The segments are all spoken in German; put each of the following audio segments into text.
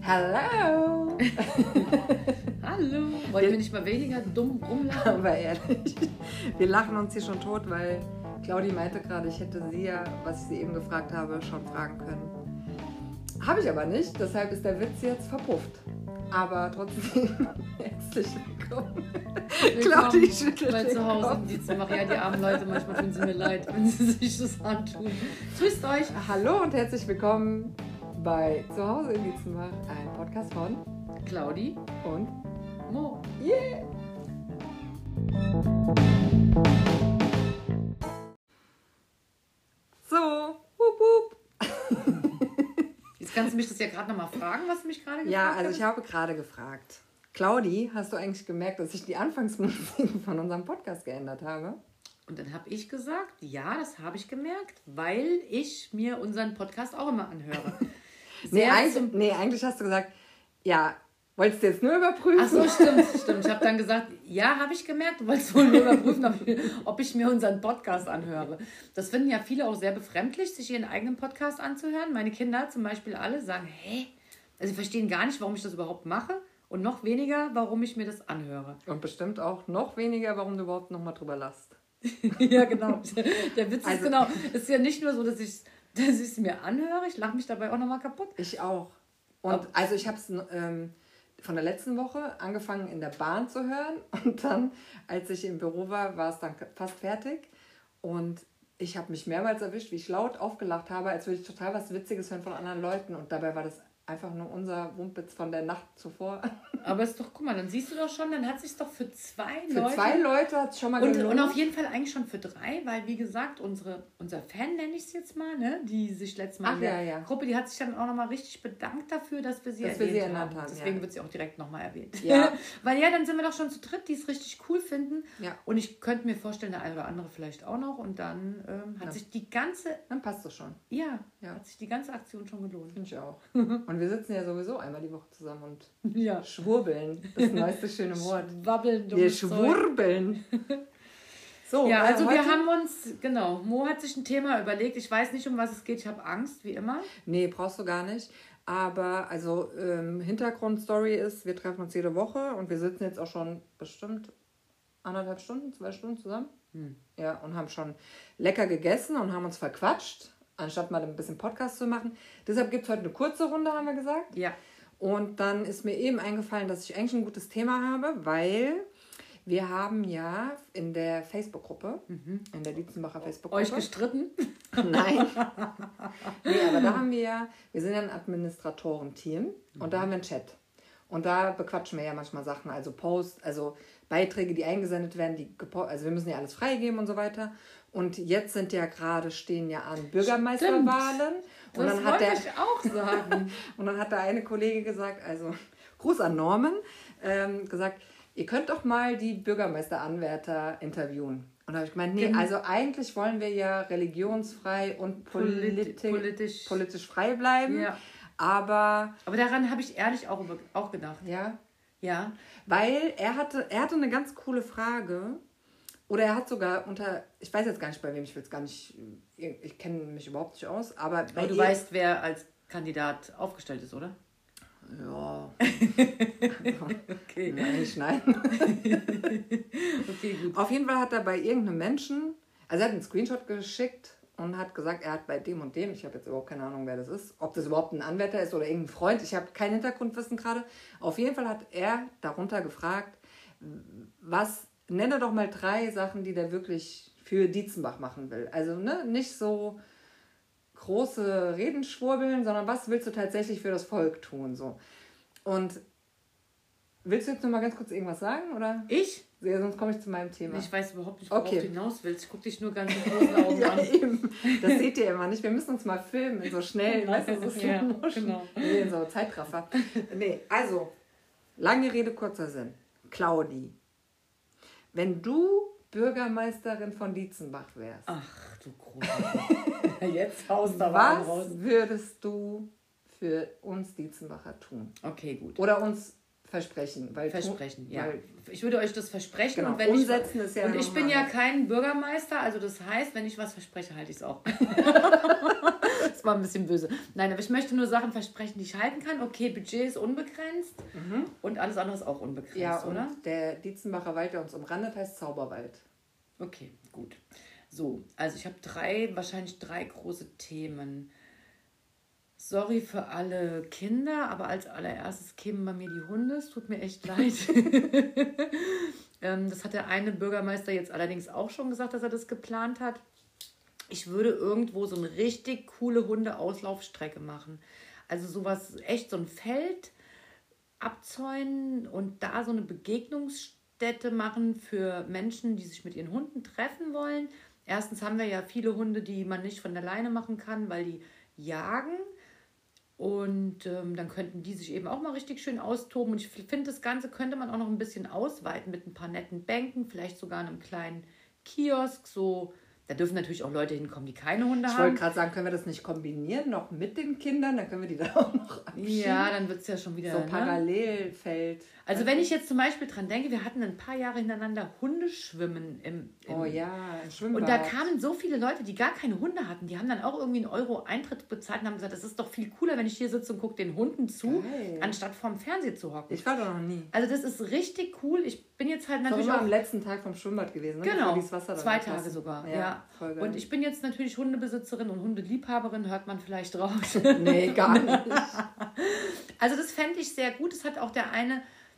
Hallo! Hallo! Wollen wir nicht mal weniger dumm rumlachen? Aber ehrlich, wir lachen uns hier schon tot, weil Claudi meinte gerade, ich hätte sie ja, was ich sie eben gefragt habe, schon fragen können. Habe ich aber nicht, deshalb ist der Witz jetzt verpufft. Aber trotzdem, herzlich willkommen. Claudi schüttelt bei den zu Hause Kopf. in Diezenbach. Ja, die armen Leute, manchmal tun sie mir leid, wenn sie sich das antun. Grüßt euch! Hallo und herzlich willkommen bei Zuhause in Diezenbach, ein Podcast von Claudi und Mo. yeah! So, wup, wup. Jetzt kannst du mich das ja gerade nochmal fragen, was du mich gerade gefragt Ja, hast. also ich habe gerade gefragt. Claudi, hast du eigentlich gemerkt, dass ich die Anfangsmusik von unserem Podcast geändert habe? Und dann habe ich gesagt, ja, das habe ich gemerkt, weil ich mir unseren Podcast auch immer anhöre. Nee, eigentlich hast du gesagt, ja, wolltest du jetzt nur überprüfen? Ach so, stimmt. Ich habe dann gesagt, ja, habe ich gemerkt, du wolltest wohl nur überprüfen, ob ich mir unseren Podcast anhöre. Das finden ja viele auch sehr befremdlich, sich ihren eigenen Podcast anzuhören. Meine Kinder zum Beispiel alle sagen, hä? Also sie verstehen gar nicht, warum ich das überhaupt mache und noch weniger, warum ich mir das anhöre. Und bestimmt auch noch weniger, warum du überhaupt nochmal drüber lachst. Ja, genau. Der Witz Also- ist genau, ist ja nicht nur so, dass ich es mir anhöre, ich lache mich dabei auch nochmal kaputt. Ich auch. Und also ich habe es von der letzten Woche angefangen in der Bahn zu hören und dann, als ich im Büro war, war es dann fast fertig und ich habe mich mehrmals erwischt, wie ich laut aufgelacht habe, als würde ich total was Witziges hören von anderen Leuten und dabei war das einfach nur unser Wumpitz von der Nacht zuvor. Aber ist doch, guck mal, dann siehst du doch schon, dann hat sich doch für zwei Für Leute... 2 Leute hat es schon mal gelohnt. Und auf jeden Fall eigentlich schon für 3, weil wie gesagt, unser Fan, nenne ich es jetzt mal, ne, die sich letztes Mal Ach, in der ja. Gruppe, die hat sich dann auch nochmal richtig bedankt dafür, dass wir sie ernannt haben. haben, Deswegen ja. wird sie auch direkt nochmal erwähnt. Ja. Weil ja, dann sind wir doch schon zu dritt, die es richtig cool finden. Ja. Und ich könnte mir vorstellen, der eine oder andere vielleicht auch noch. Und dann hat sich die ganze, Dann passt das schon. ja, Ja. hat sich die ganze Aktion schon gelohnt. Finde ich auch. Und wir sitzen ja sowieso einmal die Woche zusammen und Ja. schwurbeln. Das neueste schöne Wort. Wabbeln, Wir dummes Zeug. schwurbeln. So, Ja, also heute? wir haben uns, genau, Mo hat sich ein Thema überlegt. Ich weiß nicht, um was es geht. Ich habe Angst, wie immer. Nee, brauchst du gar nicht. Aber also Hintergrundstory ist, wir treffen uns jede Woche und wir sitzen jetzt auch schon bestimmt 1,5 Stunden, 2 Stunden zusammen. Ja, und haben schon lecker gegessen und haben uns verquatscht, anstatt mal ein bisschen Podcast zu machen. Deshalb gibt es heute eine kurze Runde, haben wir gesagt. Ja. Und dann ist mir eben eingefallen, dass ich eigentlich ein gutes Thema habe, weil wir haben ja in der Facebook-Gruppe, in der Dietzenbacher Facebook-Gruppe... Euch gestritten? Nein. Nee, aber da haben wir sind ja ein Administratorenteam und da haben wir einen Chat. Und da bequatschen wir ja manchmal Sachen, also Posts, also Beiträge, die eingesendet werden, also wir müssen ja alles freigeben und so weiter. Und jetzt stehen ja an Bürgermeisterwahlen. Und Das dann hat wollte der ich auch sagen. und dann hat der eine Kollege gesagt, also Gruß an Norman, gesagt, ihr könnt doch mal die Bürgermeisteranwärter interviewen. Und da habe ich gemeint, nee, also eigentlich wollen wir ja religionsfrei und politisch frei bleiben. Ja. Aber Aber daran habe ich ehrlich auch gedacht. ja, Ja. weil er hatte eine ganz coole Frage. Oder er hat sogar ich weiß jetzt gar nicht bei wem, ich will es gar nicht, ich kenne mich überhaupt nicht aus, aber bei Aber du weißt, wer als Kandidat aufgestellt ist, oder? Ja. Okay. Nein. Okay, gut. Auf jeden Fall hat er bei irgendeinem Menschen, also er hat einen Screenshot geschickt und hat gesagt, er hat bei dem und dem, ich habe jetzt überhaupt keine Ahnung, wer das ist, ob das überhaupt ein Anwärter ist oder irgendein Freund, ich habe kein Hintergrundwissen gerade. Auf jeden Fall hat er darunter gefragt, nenne doch mal 3 Sachen, die der wirklich für Dietzenbach machen will. Also nicht so große Reden schwurbeln, sondern was willst du tatsächlich für das Volk tun? So. Und willst du jetzt noch mal ganz kurz irgendwas sagen? Oder? Ich? Ja, sonst komme ich zu meinem Thema. Ich weiß überhaupt nicht, worauf Okay. du hinaus willst. Ich gucke dich nur ganz mit großen Augen Ja, an. eben. Das seht ihr immer nicht. Wir müssen uns mal filmen, so schnell. Weißt du, so Ja, Slow Motion. genau. Nee, so Zeitraffer. Nee, also, lange Rede, kurzer Sinn. Claudi, wenn du Bürgermeisterin von Dietzenbach wärst, Ach, du Große. Jetzt haust du aber einen raus. was würdest du für uns Dietzenbacher tun? Okay, gut. Oder uns versprechen? Versprechen, ja. Weil, Ich würde euch das versprechen. genau, Und wenn umsetzen ist ja und ich noch bin mal ja anders. kein Bürgermeister, also das heißt, wenn ich was verspreche, halte ich es auch. Das war ein bisschen böse. Nein, aber ich möchte nur Sachen versprechen, die ich halten kann. Okay, Budget ist unbegrenzt und alles andere ist auch unbegrenzt, Ja, und oder? der Dietzenbacher Wald, der uns umrandet, heißt Zauberwald. Okay, gut. So, also ich habe wahrscheinlich drei große Themen. Sorry für alle Kinder, aber als allererstes kämen bei mir die Hunde. Es tut mir echt leid. Das hat der eine Bürgermeister jetzt allerdings auch schon gesagt, dass er das geplant hat. Ich würde irgendwo so eine richtig coole Hundeauslaufstrecke machen. Also sowas, echt so ein Feld abzäunen und da so eine Begegnungsstätte machen für Menschen, die sich mit ihren Hunden treffen wollen. Erstens haben wir ja viele Hunde, die man nicht von der Leine machen kann, weil die jagen. Und dann könnten die sich eben auch mal richtig schön austoben. Und ich finde, das Ganze könnte man auch noch ein bisschen ausweiten mit ein paar netten Bänken, vielleicht sogar einem kleinen Kiosk. So, da dürfen natürlich auch Leute hinkommen, die keine Hunde haben. Ich wollte gerade sagen, können wir das nicht kombinieren, noch mit den Kindern? Dann können wir die da auch noch abschieben. Ja, dann wird es ja schon wieder so Parallelfeld. Also wenn ich jetzt zum Beispiel dran denke, wir hatten ein paar Jahre hintereinander Hundeschwimmen im Schwimmbad. Und da kamen so viele Leute, die gar keine Hunde hatten. Die haben dann auch irgendwie 1 Euro Eintritt bezahlt und haben gesagt, das ist doch viel cooler, wenn ich hier sitze und gucke den Hunden zu, anstatt vorm Fernseher zu hocken. Ich war da noch nie. Also das ist richtig cool. Ich bin jetzt halt natürlich auch am letzten Tag vom Schwimmbad gewesen. Ne? Genau, Wasser 2 Tage sogar. Ja. Voll geil. Und ich bin jetzt natürlich Hundebesitzerin und Hundeliebhaberin, hört man vielleicht raus. Nee, gar nicht. Also das fände ich sehr gut. Das hat auch der eine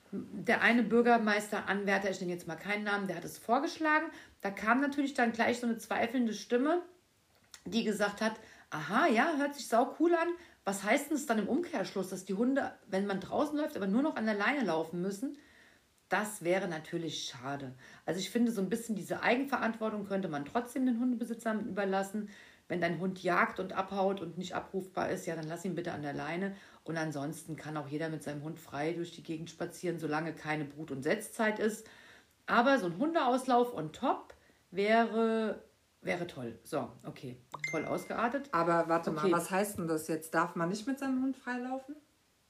Bürgermeister-Anwärter, ich nenne jetzt mal keinen Namen, der hat es vorgeschlagen. Da kam natürlich dann gleich so eine zweifelnde Stimme, die gesagt hat, aha, ja, hört sich sau cool an. Was heißt denn das dann im Umkehrschluss, dass die Hunde, wenn man draußen läuft, aber nur noch an der Leine laufen müssen? Das wäre natürlich schade. Also ich finde, so ein bisschen diese Eigenverantwortung könnte man trotzdem den Hundebesitzern überlassen. Wenn dein Hund jagt und abhaut und nicht abrufbar ist, ja, dann lass ihn bitte an der Leine. Und ansonsten kann auch jeder mit seinem Hund frei durch die Gegend spazieren, solange keine Brut- und Setzzeit ist. Aber so ein Hundeauslauf on top wäre toll. So, okay, voll ausgeartet. Aber warte mal, was heißt denn das jetzt? Darf man nicht mit seinem Hund freilaufen?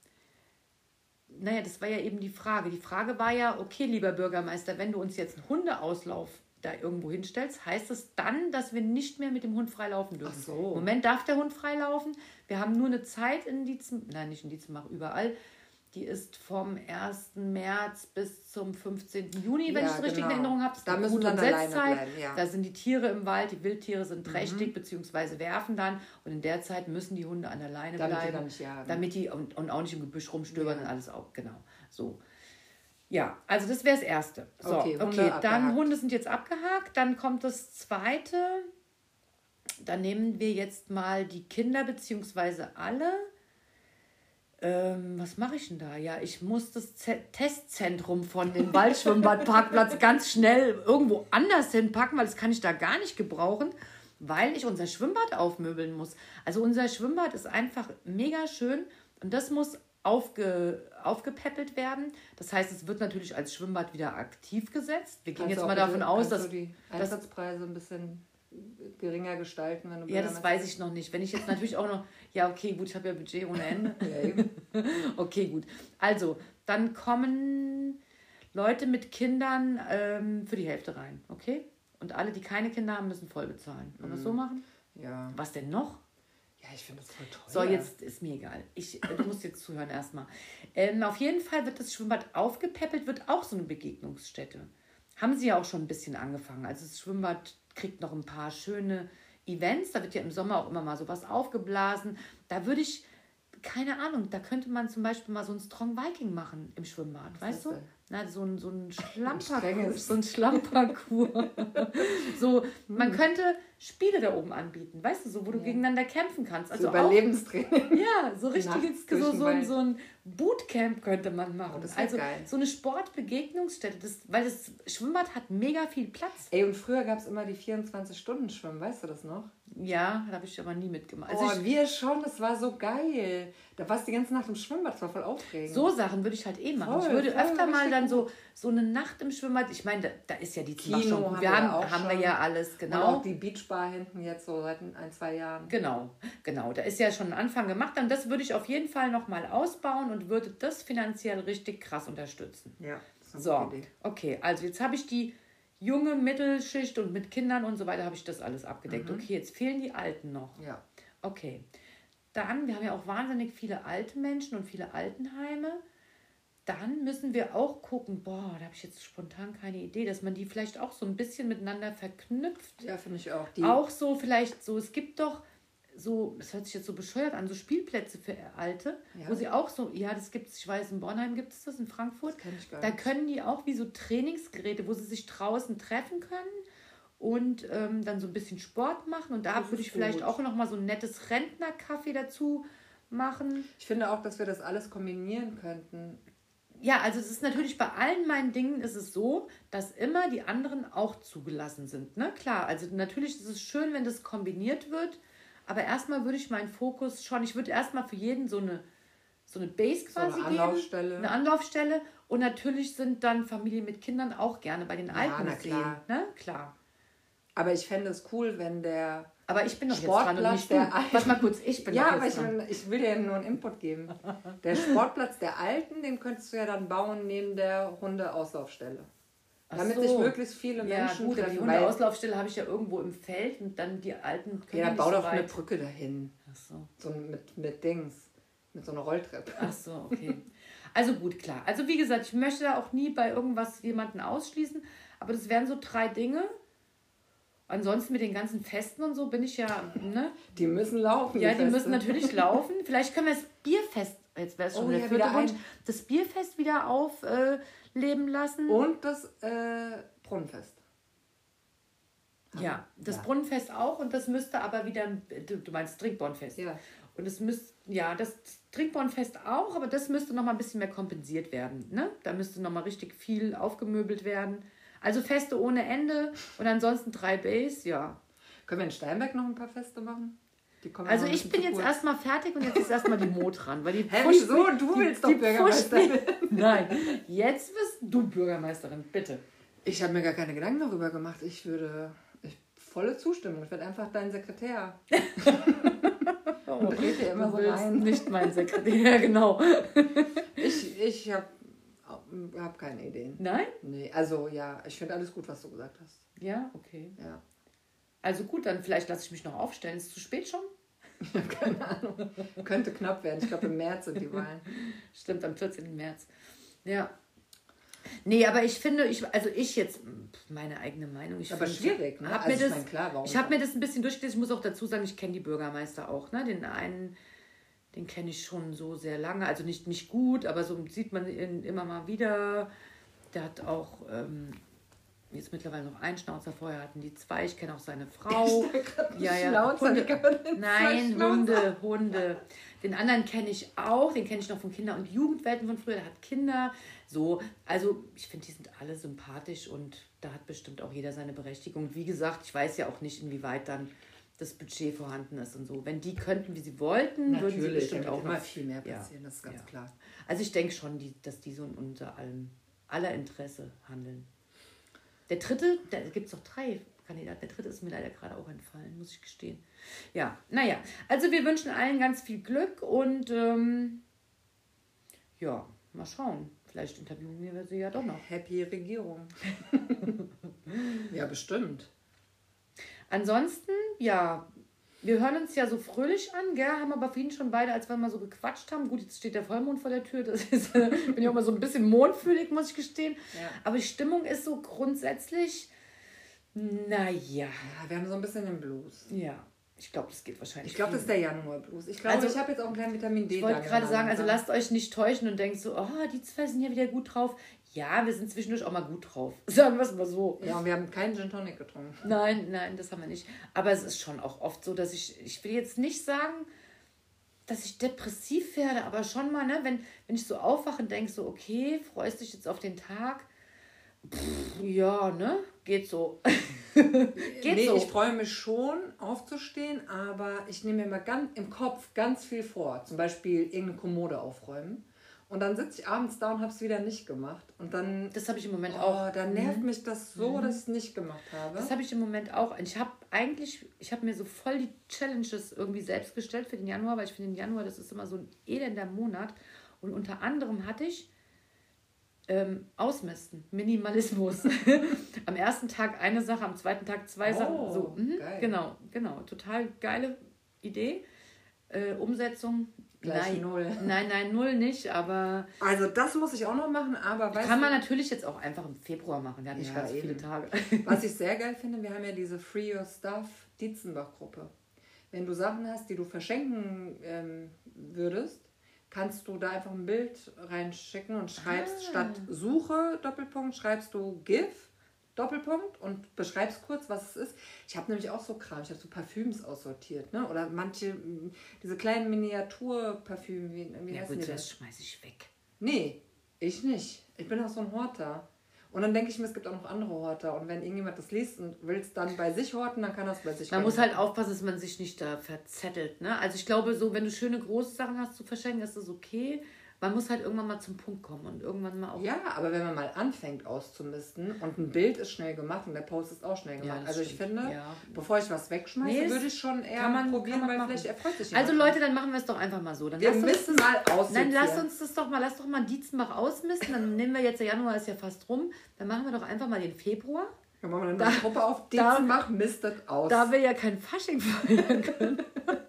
Naja, das war ja eben die Frage. Die Frage war ja, okay, lieber Bürgermeister, wenn du uns jetzt einen Hundeauslauf da irgendwo hinstellst, heißt es dann, dass wir nicht mehr mit dem Hund freilaufen dürfen. Ach so. Im Moment darf der Hund freilaufen. Wir haben nur eine Zeit nicht in Dietzenbach, überall. Die ist vom 1. März bis zum 15. Juni, wenn ich es richtig in Erinnerung habe. Da müssen wir alleine bleiben, ja. Da sind die Tiere im Wald, die Wildtiere sind trächtig, beziehungsweise werfen dann. Und in der Zeit müssen die Hunde an der Leine bleiben. Nicht jagen. Damit die und auch nicht im Gebüsch rumstöbern und alles auch. Genau, so. Ja, also das wäre das Erste. So, okay, dann Hunde sind jetzt abgehakt. Dann kommt das Zweite. Dann nehmen wir jetzt mal die Kinder beziehungsweise alle. Was mache ich denn da? Ja, ich muss das Testzentrum von dem Waldschwimmbadparkplatz ganz schnell irgendwo anders hinpacken, weil das kann ich da gar nicht gebrauchen, weil ich unser Schwimmbad aufmöbeln muss. Also unser Schwimmbad ist einfach mega schön und das muss aufgepäppelt werden. Das heißt, es wird natürlich als Schwimmbad wieder aktiv gesetzt. Wir gehen jetzt mal davon aus, dass die Eintrittspreise ein bisschen geringer gestalten, wenn du ja, das weiß ich noch nicht. Wenn ich jetzt natürlich auch noch, ja, okay, gut, ich habe ja Budget ohne Ende. Ja, eben. Okay, gut. Also, dann kommen Leute mit Kindern für die Hälfte rein, okay? Und alle, die keine Kinder haben, müssen voll bezahlen. Wollen wir es so machen? Ja. Was denn noch? Ja, ich finde das voll toll. So, jetzt ist mir egal. Du musst jetzt zuhören erstmal. Auf jeden Fall wird das Schwimmbad aufgepäppelt, wird auch so eine Begegnungsstätte. Haben sie ja auch schon ein bisschen angefangen. Also das Schwimmbad kriegt noch ein paar schöne Events. Da wird ja im Sommer auch immer mal sowas aufgeblasen. Da würde ich, keine Ahnung, da könnte man zum Beispiel mal so ein Strong Viking machen im Schwimmbad. Weißt du? Na, so ein Schlamperkur. So, man könnte Spiele da oben anbieten, weißt du, so, wo du gegeneinander kämpfen kannst. Also so Überlebenstraining. Ja, so richtiges, so ein Bootcamp könnte man machen. Oh, das also geil. so eine Sportbegegnungsstätte, weil das Schwimmbad hat mega viel Platz. Ey, und früher gab es immer die 24-Stunden-Schwimmen, weißt du das noch? Ja, da habe ich aber nie mitgemacht. Also wir schon, das war so geil. Da warst du die ganze Nacht im Schwimmbad, das war voll aufregend. So Sachen würde ich halt machen. Ich würde öfter mal dann so eine Nacht im Schwimmbad, ich meine, da ist ja die Kino schon gut. Haben wir ja alles, genau. Und auch die Beachbar hinten jetzt so seit 1-2 Jahren. Genau. Da ist ja schon ein Anfang gemacht. Und das würde ich auf jeden Fall nochmal ausbauen und würde das finanziell richtig krass unterstützen. Ja, das ist eine gute Idee. Okay, also jetzt habe ich die junge Mittelschicht und mit Kindern und so weiter habe ich das alles abgedeckt. Okay, jetzt fehlen die Alten noch. Ja. Okay, dann, wir haben ja auch wahnsinnig viele alte Menschen und viele Altenheime, dann müssen wir auch gucken, boah, da habe ich jetzt spontan keine Idee, dass man die vielleicht auch so ein bisschen miteinander verknüpft. Ja, finde ich auch. Auch so vielleicht so, es gibt doch so, das hört sich jetzt so bescheuert an, so Spielplätze für Alte, wo sie auch so, ja, das gibt es, ich weiß, in Bornheim gibt es das, in Frankfurt. Das kenn ich gar nicht. Da können die auch wie so Trainingsgeräte, wo sie sich draußen treffen können und dann so ein bisschen Sport machen. Und da würde ich vielleicht auch nochmal so ein nettes Rentnercafé dazu machen. Ich finde auch, dass wir das alles kombinieren könnten. Ja, also es ist natürlich bei allen meinen Dingen ist es so, dass immer die anderen auch zugelassen sind. Ne? Klar, also natürlich ist es schön, wenn das kombiniert wird, aber erstmal würde ich meinen Fokus schon, ich würde erstmal für jeden so eine Base quasi geben. Eine Anlaufstelle. Und natürlich sind dann Familien mit Kindern auch gerne bei den Alten sehen. Ne? Klar. Aber ich fände es cool, wenn der Aber ich bin doch jetzt dran und nicht du. Warte mal kurz, ich bin ja, doch jetzt aber ich will dir nur einen Input geben. Der Sportplatz der Alten, den könntest du ja dann bauen neben der Hundeauslaufstelle. Damit sich möglichst viele Menschen treffen. Die Hundeauslaufstelle habe ich ja irgendwo im Feld und dann die Alten können ja, dann bau doch eine Brücke dahin. Ach so. So mit Dings. Mit so einer Rolltreppe. Ach so, okay. Also gut, klar. Also wie gesagt, ich möchte da auch nie bei irgendwas jemanden ausschließen, aber das wären so 3 Dinge. Ansonsten mit den ganzen Festen und so bin ich ja, ne? Die müssen laufen. Ja, die müssen natürlich laufen. Vielleicht können wir das Bierfest, jetzt wäre es schon der 4. Wunsch, das Bierfest wieder aufleben lassen. Und das Brunnenfest. Ja, das Brunnenfest auch und das müsste aber wieder, du meinst Trinkbornfest. Ja. Und es müsste, ja, das Trinkbornfest auch, aber das müsste nochmal ein bisschen mehr kompensiert werden, ne? Da müsste nochmal richtig viel aufgemöbelt werden. Also Feste ohne Ende und ansonsten 3 Base, ja. Können wir in Steinberg noch ein paar Feste machen? Also ich bin jetzt erstmal fertig und jetzt ist erstmal die Mo dran. Weil die wieso? Du willst doch Bürgermeisterin. Nein, jetzt wirst du Bürgermeisterin, bitte. Ich habe mir gar keine Gedanken darüber gemacht. Volle Zustimmung. Ich werde einfach dein Sekretär. Und dreht dir immer so rein. Nicht mein Sekretär, genau. Ich habe keine Ideen. Nein? Nee, also ja, ich finde alles gut, was du gesagt hast. Ja, okay. Ja. Also gut, dann vielleicht lasse ich mich noch aufstellen. Ist es zu spät schon? Ich habe keine Ahnung. Könnte knapp werden. Ich glaube, im März sind die Wahlen. Stimmt, am 14. März. Ja. Nee, aber ich finde, jetzt, meine eigene Meinung. Aber schwierig, ne? Ich habe mir das ein bisschen durchgelesen. Ich muss auch dazu sagen, ich kenne die Bürgermeister auch. Ne? Den einen, den kenne ich schon so sehr lange. Also nicht gut, aber so sieht man ihn immer mal wieder. Der hat auch jetzt mittlerweile noch einen Schnauzer. Vorher hatten die 2. Ich kenne auch seine Frau. Hunde. Den anderen kenne ich auch. Den kenne ich noch von Kinder- und Jugendwelten von früher. Der hat Kinder. So, also ich finde, die sind alle sympathisch und da hat bestimmt auch jeder seine Berechtigung. Wie gesagt, ich weiß ja auch nicht, inwieweit dann das Budget vorhanden ist und so. Wenn die könnten, wie sie wollten, würden sie bestimmt auch noch viel mehr passieren, das ist ganz klar. Also ich denke schon, dass die so in unser aller Interesse handeln. Der 3., da gibt es doch 3 Kandidaten. Der 3. ist mir leider gerade auch entfallen, muss ich gestehen. Ja, naja. Also wir wünschen allen ganz viel Glück und ja, mal schauen. Vielleicht interviewen wir sie ja doch noch. Happy Regierung. Ja, bestimmt. Ansonsten, ja, wir hören uns ja so fröhlich an, gell? Haben aber vorhin schon beide, als wir mal so gequatscht haben. Gut, jetzt steht der Vollmond vor der Tür. Das ist, bin ich auch mal so ein bisschen mondfühlig, muss ich gestehen. Ja. Aber die Stimmung ist so grundsätzlich, naja. Ja, wir haben so ein bisschen den Blues. Ja. Ich glaube, das geht wahrscheinlich. Ich glaube, das ist der Januar-Blues. Ich glaube, ich habe jetzt auch einen kleinen Vitamin D. Ich wollte gerade sagen, also lasst euch nicht täuschen und denkt so, oh, die 2 sind ja wieder gut drauf. Ja, wir sind zwischendurch auch mal gut drauf. Sagen wir es mal so. Ja, und wir haben keinen Gin Tonic getrunken. Nein, das haben wir nicht. Aber es ist schon auch oft so, dass ich will jetzt nicht sagen, dass ich depressiv werde, aber schon mal, ne, wenn ich so aufwache und denke so, okay, freust dich jetzt auf den Tag? Ja, ne? Geht so. So. Ich freue mich schon aufzustehen, aber ich nehme mir immer im Kopf ganz viel vor. Zum Beispiel irgendeine Kommode aufräumen. Und dann sitze ich abends da und habe es wieder nicht gemacht. Und dann... Das habe ich im Moment auch. Dann nervt mich das so, dass ich es nicht gemacht habe. Das habe ich im Moment auch. Und ich habe mir so voll die Challenges irgendwie selbst gestellt für den Januar, weil ich finde, den Januar, das ist immer so ein elender Monat. Und unter anderem hatte ich Ausmisten, Minimalismus. Am ersten Tag eine Sache, am zweiten Tag 2 Sachen. So, geil. Genau. Total geile Idee. Umsetzung. Gleich Nein, 0. Nein, 0 nicht, aber... Also das muss ich auch noch machen, aber Kann man natürlich jetzt auch einfach im Februar machen, wir haben nicht ganz so viele eben. Tage. Was ich sehr geil finde, wir haben ja diese Free Your Stuff Dietzenbach-Gruppe. Wenn du Sachen hast, die du verschenken würdest, kannst du da einfach ein Bild reinschicken und schreibst statt Suche, Doppelpunkt, schreibst du GIF, Doppelpunkt und beschreibst kurz, was es ist. Ich habe nämlich auch so Kram, ich habe so Parfüms aussortiert, ne? Oder manche, diese kleinen Miniaturparfüme, wie Ja heißen gut, die das denn? schmeiße ich weg. Nee, ich nicht. Ich bin auch so ein Horter. Und dann denke ich mir, es gibt auch noch andere Horter. Und wenn irgendjemand das liest und will es dann bei sich horten, dann kann das bei sich Man muss horten. halt aufpassen, dass man sich nicht da verzettelt. Ne? Also ich glaube, so wenn du schöne große Sachen hast zu verschenken, ist das okay. Man muss halt irgendwann mal zum Punkt kommen und irgendwann mal auch... Ja, aber wenn man mal anfängt auszumisten und ein Bild ist schnell gemacht und der Post ist auch schnell gemacht. das Also ich stimmt. finde, Ja. bevor ich was wegschmeiße, würde ich schon eher probieren, weil machen. vielleicht erfreut sich Also jemand. Leute, dann machen wir es doch einfach mal so. Dann Wir lasst uns müssen mal aussortieren. Nein, lass doch mal Dietzenbach ausmisten. Dann nehmen wir jetzt, der Januar ist ja fast rum. Dann machen wir doch einfach mal den Februar. Dann machen wir eine Gruppe auf Dietzenbach, mistet aus. Da wir ja kein Fasching feiern können.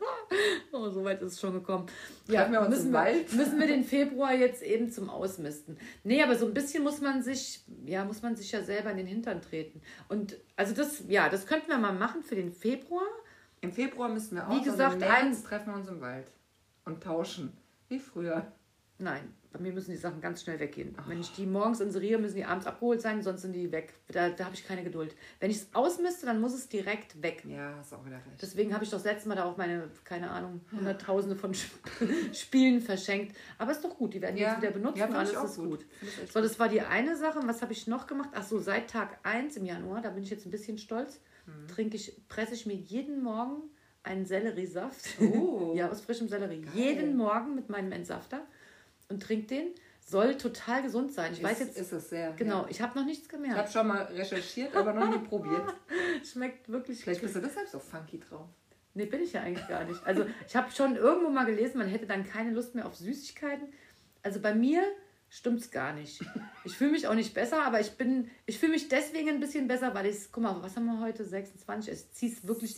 Oh, so weit ist es schon gekommen. Ja, wir uns müssen im wir, Wald. müssen wir den Februar jetzt eben zum Ausmisten. Nee, aber so ein bisschen muss man sich ja selber in den Hintern treten. Und also das könnten wir mal machen für den Februar. Im Februar müssen wir Wie aus gesagt, und im März treffen wir uns im Wald und tauschen. Wie früher. Nein, bei mir müssen die Sachen ganz schnell weggehen. Wenn ich die morgens inseriere, müssen die abends abgeholt sein, sonst sind die weg. Da habe ich keine Geduld. Wenn ich es ausmiste, dann muss es direkt weg. Ja, hast auch wieder recht. Deswegen habe ich doch das letzte Mal da auch meine, keine Ahnung, Hunderttausende von Spielen verschenkt. Aber ist doch gut, die werden jetzt wieder benutzt und alles ist gut. So, das war die eine Sache. Und was habe ich noch gemacht? Ach so, seit Tag 1 im Januar, da bin ich jetzt ein bisschen stolz, presse ich mir jeden Morgen einen Selleriesaft. Oh. Ja, aus frischem Sellerie. Geil. Jeden Morgen mit meinem Entsafter und trinke den. Soll total gesund sein. Ich weiß jetzt. Ist es sehr. Genau, Ja. ich habe noch nichts Ich gemerkt. habe schon mal recherchiert, aber noch nie probiert. Schmeckt wirklich. Vielleicht bist du deshalb so funky drauf. Nee, bin ich ja eigentlich gar nicht. Also ich habe schon irgendwo mal gelesen, man hätte dann keine Lust mehr auf Süßigkeiten. Also bei mir stimmt es gar nicht. Ich fühle mich auch nicht besser, aber ich fühle mich deswegen ein bisschen besser, weil guck mal, was haben wir heute? 26? Ich ziehe es wirklich...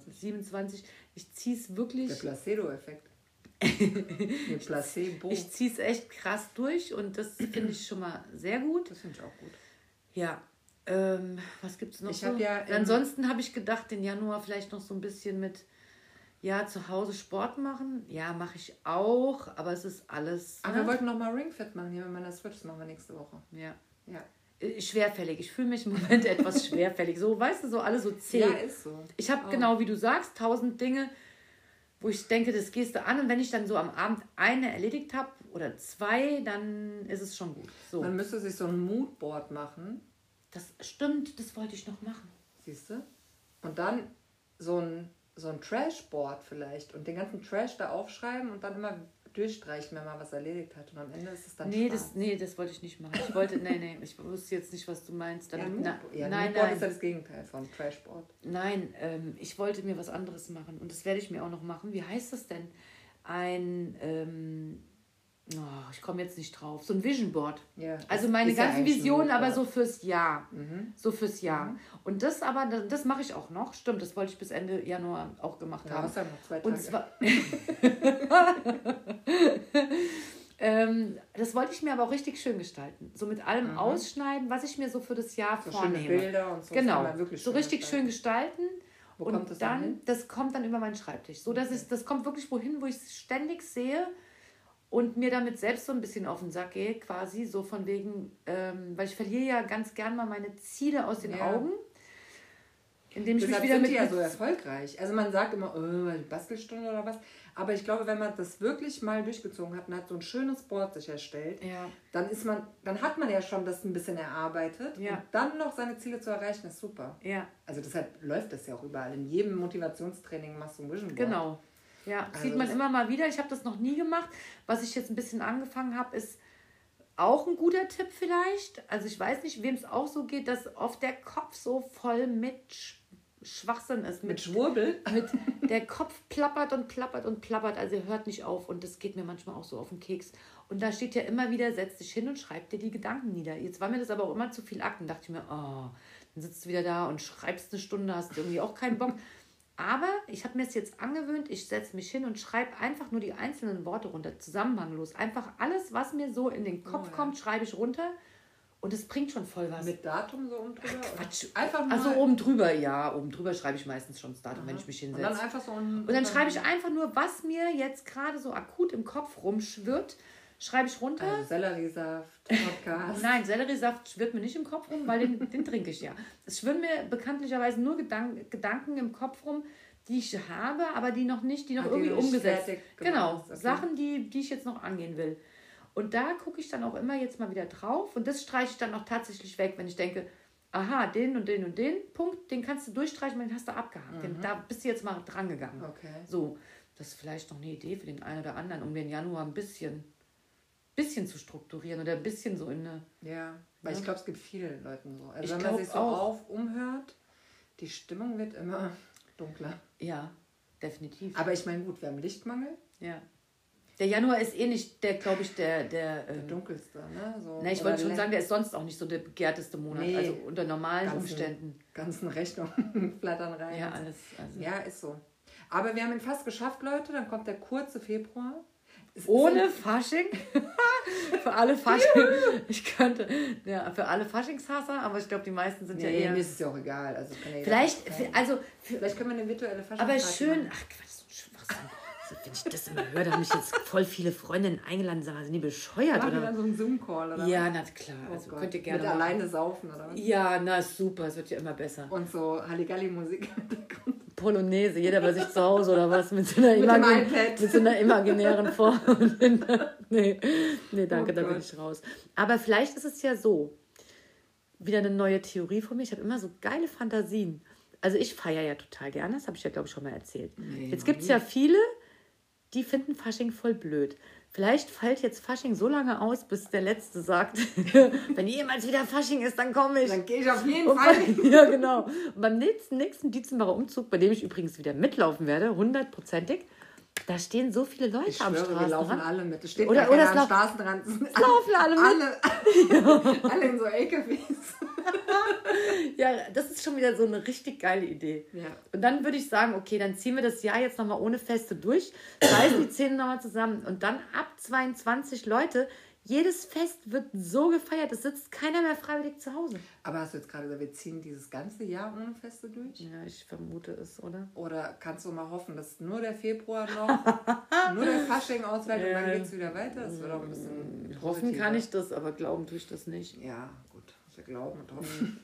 27. Ich ziehe es wirklich... Der Placebo-Effekt. Der Placebo. Ich ziehe es echt krass durch und das finde ich schon mal sehr gut. Das finde ich auch gut. Ja, was gibt es noch Ich so? habe ja Ansonsten habe ich gedacht, den Januar vielleicht noch so ein bisschen mit, zu Hause Sport machen. Ja, mache ich auch, aber es ist alles... Aber wir wollten noch mal Ringfit machen hier mit meiner Switch. Das machen wir nächste Woche. Ja. Ja. Schwerfällig. Ich fühle mich im Moment etwas schwerfällig. So, weißt du, so alle so zäh. Ja, ist so. Ich habe genau wie du sagst, 1000 Dinge, wo ich denke, das gehst du an. Und wenn ich dann so am Abend eine erledigt habe oder 2, dann ist es schon gut. So. Man müsste sich so ein Moodboard machen. Das stimmt, das wollte ich noch machen. Siehst du? Und dann so ein Trashboard vielleicht. Und den ganzen Trash da aufschreiben und dann immer durchstreichen, wenn man was erledigt hat. Und am Ende ist es dann schwarz. Das wollte ich nicht machen. Ich wollte, ich wusste jetzt nicht, was du meinst. Dann, Moodboard ist ja das Gegenteil von Trashboard. Nein, ich wollte mir was anderes machen. Und das werde ich mir auch noch machen. Wie heißt das denn? Ich komme jetzt nicht drauf. So ein Vision Board. Ja, also meine ganzen Visionen, aber so fürs Jahr. Mhm. So fürs Jahr. Mhm. Und das mache ich auch noch. Stimmt, das wollte ich bis Ende Januar auch gemacht haben. Ja, noch 2 Tage. Und zwar... das wollte ich mir aber auch richtig schön gestalten. So mit allem ausschneiden, was ich mir so für das Jahr vornehme. Schöne Bilder und so. Genau, Wirklich so richtig schön gestalten. Wo und kommt das dann hin? Das kommt dann über meinen Schreibtisch. So, dass das kommt wirklich wohin, wo ich es ständig sehe und mir damit selbst so ein bisschen auf den Sack gehe, quasi so von wegen, weil ich verliere ja ganz gern mal meine Ziele aus den Augen. Indem ich mich wieder sind die ja so erfolgreich. Also man sagt immer, Bastelstunde oder was. Aber ich glaube, wenn man das wirklich mal durchgezogen hat und hat so ein schönes Board sich erstellt, dann hat man ja schon das ein bisschen erarbeitet. Ja. Und dann noch seine Ziele zu erreichen, ist super. Ja. Also deshalb läuft das ja auch überall. In jedem Motivationstraining machst du ein Vision Board. Genau. Ja, Also sieht man immer mal wieder. Ich habe das noch nie gemacht. Was ich jetzt ein bisschen angefangen habe, ist auch ein guter Tipp vielleicht. Also ich weiß nicht, wem es auch so geht, dass oft der Kopf so voll mit Schwachsinn ist. Mit Schwurbel? Der Kopf plappert und plappert und plappert. Also er hört nicht auf. Und das geht mir manchmal auch so auf den Keks. Und da steht ja immer wieder, setz dich hin und schreib dir die Gedanken nieder. Jetzt war mir das aber auch immer zu viel Akten. Dachte ich mir, dann sitzt du wieder da und schreibst eine Stunde, hast irgendwie auch keinen Bock. Aber ich habe mir es jetzt angewöhnt, ich setze mich hin und schreibe einfach nur die einzelnen Worte runter, zusammenhanglos. Einfach alles, was mir so in den Kopf kommt, schreibe ich runter. Und es bringt schon voll was. Mit Datum so oben drüber? Ach, Quatsch. Einfach nur. Also oben drüber, ja. Oben drüber schreibe ich meistens schon das Datum, wenn ich mich hinsetze. Und dann einfach so und dann schreibe ich einfach nur, was mir jetzt gerade so akut im Kopf rumschwirrt, schreibe ich runter. Also Selleriesaft, Podcast. Nein, Selleriesaft schwirrt mir nicht im Kopf rum, weil den trinke ich ja. Es schwirren mir bekanntlicherweise nur Gedanken im Kopf rum, die ich habe, aber die noch irgendwie umgesetzt sind. Genau, okay. Sachen, die ich jetzt noch angehen will. Und da gucke ich dann auch immer jetzt mal wieder drauf und das streiche ich dann auch tatsächlich weg, wenn ich denke, aha, den und den und den Punkt, den kannst du durchstreichen, den hast du abgehakt. Da bist du jetzt mal dran gegangen. Okay. So, das ist vielleicht noch eine Idee für den einen oder anderen, um den Januar ein bisschen zu strukturieren oder ein bisschen so in eine... Ja, weil ich glaube, es gibt vielen Leuten so. Also wenn man sich so umhört, die Stimmung wird immer dunkler. Ja, definitiv. Aber ich meine, gut, wir haben Lichtmangel. Ja. Der Januar ist eh nicht der, glaube ich, der dunkelste, ne? So, ich wollte schon sagen, der ist sonst auch nicht so der begehrteste Monat. Nee, also unter normalen Umständen. Ganzen Rechnungen flattern rein. Ja, alles. Also. Ja, ist so. Aber wir haben ihn fast geschafft, Leute. Dann kommt der kurze Februar. Ohne Fasching? Für alle Fasching. Für alle Faschingshasser, aber ich glaube, die meisten sind ja eher... Mir ist es ja auch egal. Also vielleicht können wir eine virtuelle Fasching aber schön... Ach, Quatsch, so ein Schwachsinn. Wenn ich das immer höre, da haben mich jetzt voll viele Freundinnen eingeladen, sagen, sind die bescheuert? Machen wir dann so einen Zoom-Call, oder? Ja, na klar. Also könnt ihr gerne mit alleine saufen, oder was? Ja, na super, es wird ja immer besser. Und so Halligalli-Musik. Polonaise, jeder bei sich zu Hause oder was? Mit so einer imaginären Form. nee, danke, da bin ich raus. Aber vielleicht ist es ja so, wieder eine neue Theorie von mir. Ich habe immer so geile Fantasien. Also ich feiere ja total gerne, das habe ich ja, glaube ich, schon mal erzählt. Nee, jetzt gibt es ja viele, die finden Fasching voll blöd. Vielleicht fällt jetzt Fasching so lange aus, bis der Letzte sagt, wenn jemals wieder Fasching ist, dann komme ich. Dann gehe ich auf jeden Fall. Ja, genau. Und beim nächsten Dietzenbacher Umzug, bei dem ich übrigens wieder mitlaufen werde, 100%ig, da stehen so viele Leute am Straßenrand. Wir laufen alle mit. Es steht oder am Straßenrand. Es laufen alle mit. Alle in so LKWs. Ja, das ist schon wieder so eine richtig geile Idee. Ja. Und dann würde ich sagen, okay, dann ziehen wir das Jahr jetzt nochmal ohne Feste durch, reißen die Zähne nochmal zusammen und dann ab 22 Leute. Jedes Fest wird so gefeiert, es sitzt keiner mehr freiwillig zu Hause. Aber hast du jetzt gerade gesagt, wir ziehen dieses ganze Jahr ohne Feste durch? Ja, ich vermute es, oder? Oder kannst du mal hoffen, dass nur der Februar noch, nur der Fasching ausfällt und dann geht es wieder weiter? Das wird auch ein bisschen positiver. Hoffen kann ich das, aber glauben tue ich das nicht. Ja, gut. Wir glauben und hoffen.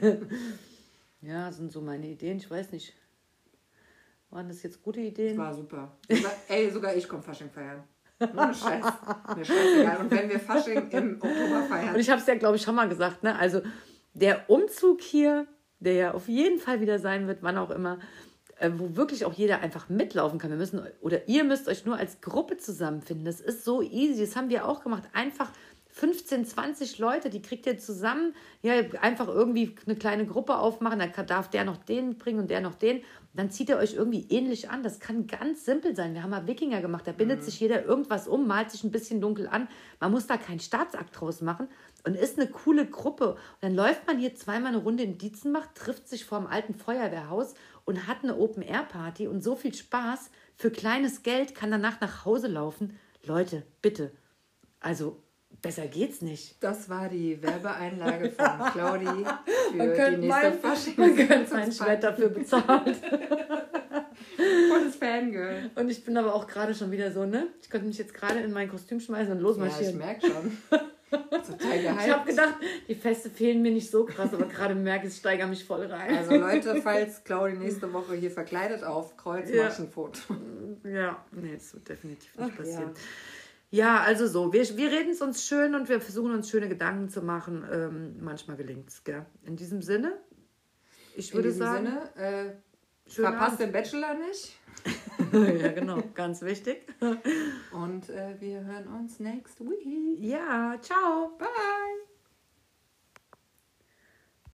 Ja, sind so meine Ideen. Ich weiß nicht. Waren das jetzt gute Ideen? Das war super. Sogar ich komme Fasching feiern. Nur Scheiß. Mir scheißegal. Und wenn wir Fasching im Oktober feiern. Und ich habe es ja, glaube ich, schon mal gesagt, ne? Also der Umzug hier, der ja auf jeden Fall wieder sein wird, wann auch immer, wo wirklich auch jeder einfach mitlaufen kann. Ihr müsst euch nur als Gruppe zusammenfinden. Das ist so easy. Das haben wir auch gemacht. Einfach 15, 20 Leute, die kriegt ihr zusammen, ja, einfach irgendwie eine kleine Gruppe aufmachen, dann darf der noch den bringen und der noch den. Dann zieht ihr euch irgendwie ähnlich an. Das kann ganz simpel sein. Wir haben mal Wikinger gemacht, da bindet sich jeder irgendwas um, malt sich ein bisschen dunkel an. Man muss da keinen Staatsakt draus machen und ist eine coole Gruppe. Und dann läuft man hier zweimal eine Runde in Dietzenbach, trifft sich vor dem alten Feuerwehrhaus und hat eine Open-Air-Party und so viel Spaß. Für kleines Geld kann danach nach Hause laufen. Leute, bitte. Also besser geht's nicht. Das war die Werbeeinlage von Claudi für die nächste Fasching. Man könnte mein Schwert dafür bezahlt. Volles Fangirl. Und ich bin aber auch gerade schon wieder so, ne? Ich könnte mich jetzt gerade in mein Kostüm schmeißen und losmarschieren. Ja, ich merke schon. Total gehypt. Ich habe gedacht, die Feste fehlen mir nicht so krass, aber gerade merke ich, ich steigere mich voll rein. Also Leute, falls Claudi nächste Woche hier verkleidet aufkreuzt, mach ich ein Foto. Ja, nee, das wird definitiv nicht passieren. Ja, also so, wir reden es uns schön und wir versuchen uns schöne Gedanken zu machen. Manchmal gelingt es, gell? In diesem Sinne, ich würde sagen... verpasst den Bachelor nicht. Ja, genau, ganz wichtig. Und wir hören uns next week. Ja, ciao. Bye.